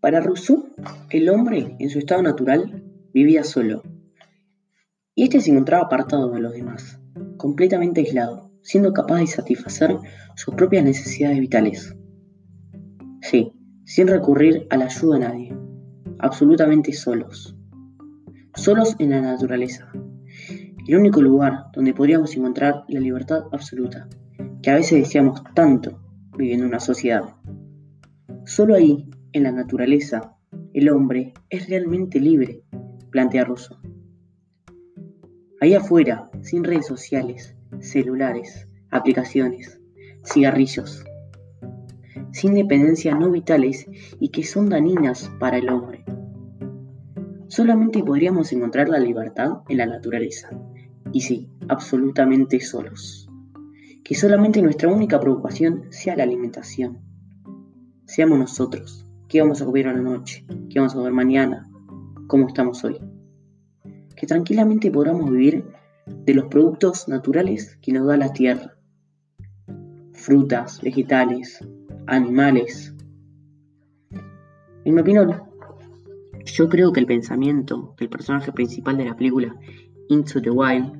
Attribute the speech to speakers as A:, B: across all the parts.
A: Para Rousseau, el hombre, en su estado natural, vivía solo, y éste se encontraba apartado de los demás, completamente aislado, siendo capaz de satisfacer sus propias necesidades vitales. Sí, sin recurrir a la ayuda de nadie, absolutamente solos. Solos en la naturaleza, el único lugar donde podríamos encontrar la libertad absoluta, que a veces deseamos tanto viviendo en una sociedad. Solo ahí, en la naturaleza, el hombre es realmente libre, plantea Rousseau. Ahí afuera, sin redes sociales, celulares, aplicaciones, cigarrillos, sin dependencias no vitales y que son dañinas para el hombre. Solamente podríamos encontrar la libertad en la naturaleza, y sí, absolutamente solos. Que solamente nuestra única preocupación sea la alimentación. Seamos nosotros, qué vamos a comer a la noche, qué vamos a comer mañana, cómo estamos hoy. Que tranquilamente podamos vivir de los productos naturales que nos da la tierra. Frutas, vegetales, animales. En mi opinión, yo creo que el pensamiento del personaje principal de la película Into the Wild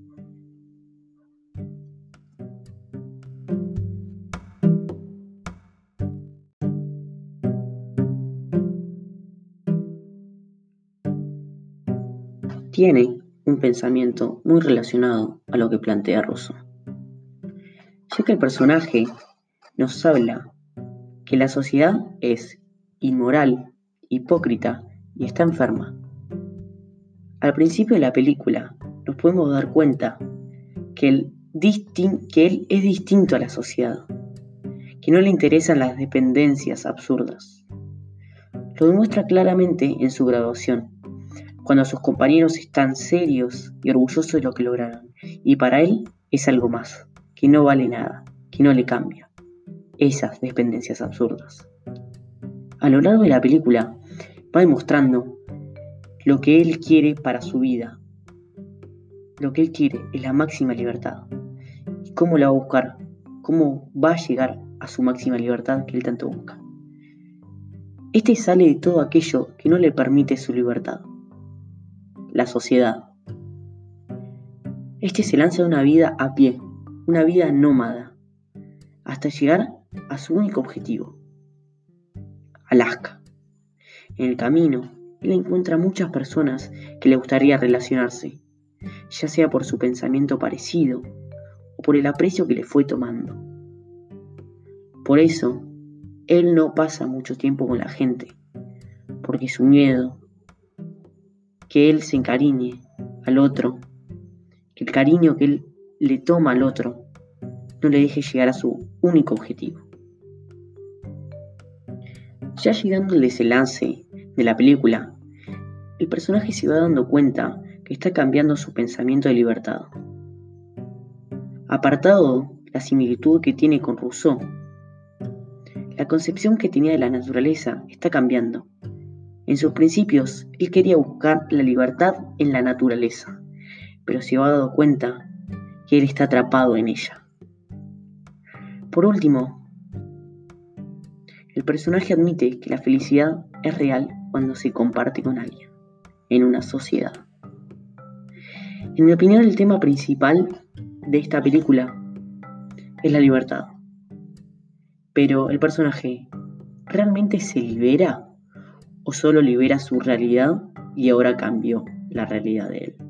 A: tiene un pensamiento muy relacionado a lo que plantea Rousseau, ya que el personaje nos habla que la sociedad es inmoral, hipócrita y está enferma. Al principio de la película nos podemos dar cuenta que él es distinto a la sociedad, que no le interesan las dependencias absurdas. Lo demuestra claramente en su graduación, cuando sus compañeros están serios y orgullosos de lo que lograron, y para él es algo más, que no vale nada, que no le cambia esas dependencias absurdas. A lo largo de la película va demostrando lo que él quiere para su vida. Lo que él quiere es la máxima libertad. ¿Y cómo la va a buscar? ¿Cómo va a llegar a su máxima libertad que él tanto busca? Este sale de todo aquello que no le permite su libertad. La sociedad. Este se lanza a una vida a pie, una vida nómada, hasta llegar a su único objetivo, Alaska. En el camino, él encuentra muchas personas que le gustaría relacionarse, ya sea por su pensamiento parecido o por el aprecio que le fue tomando. Por eso, él no pasa mucho tiempo con la gente, porque su miedo, que él se encariñe al otro, que el cariño que él le toma al otro, no le deje llegar a su único objetivo. Ya llegando al desenlace de la película, el personaje se va dando cuenta que está cambiando su pensamiento de libertad. Apartado la similitud que tiene con Rousseau, la concepción que tenía de la naturaleza está cambiando. En sus principios, él quería buscar la libertad en la naturaleza, pero se ha dado cuenta que él está atrapado en ella. Por último, el personaje admite que la felicidad es real cuando se comparte con alguien, en una sociedad. En mi opinión, el tema principal de esta película es la libertad. Pero el personaje, ¿realmente se libera? ¿O solo libera su realidad y ahora cambió la realidad de él?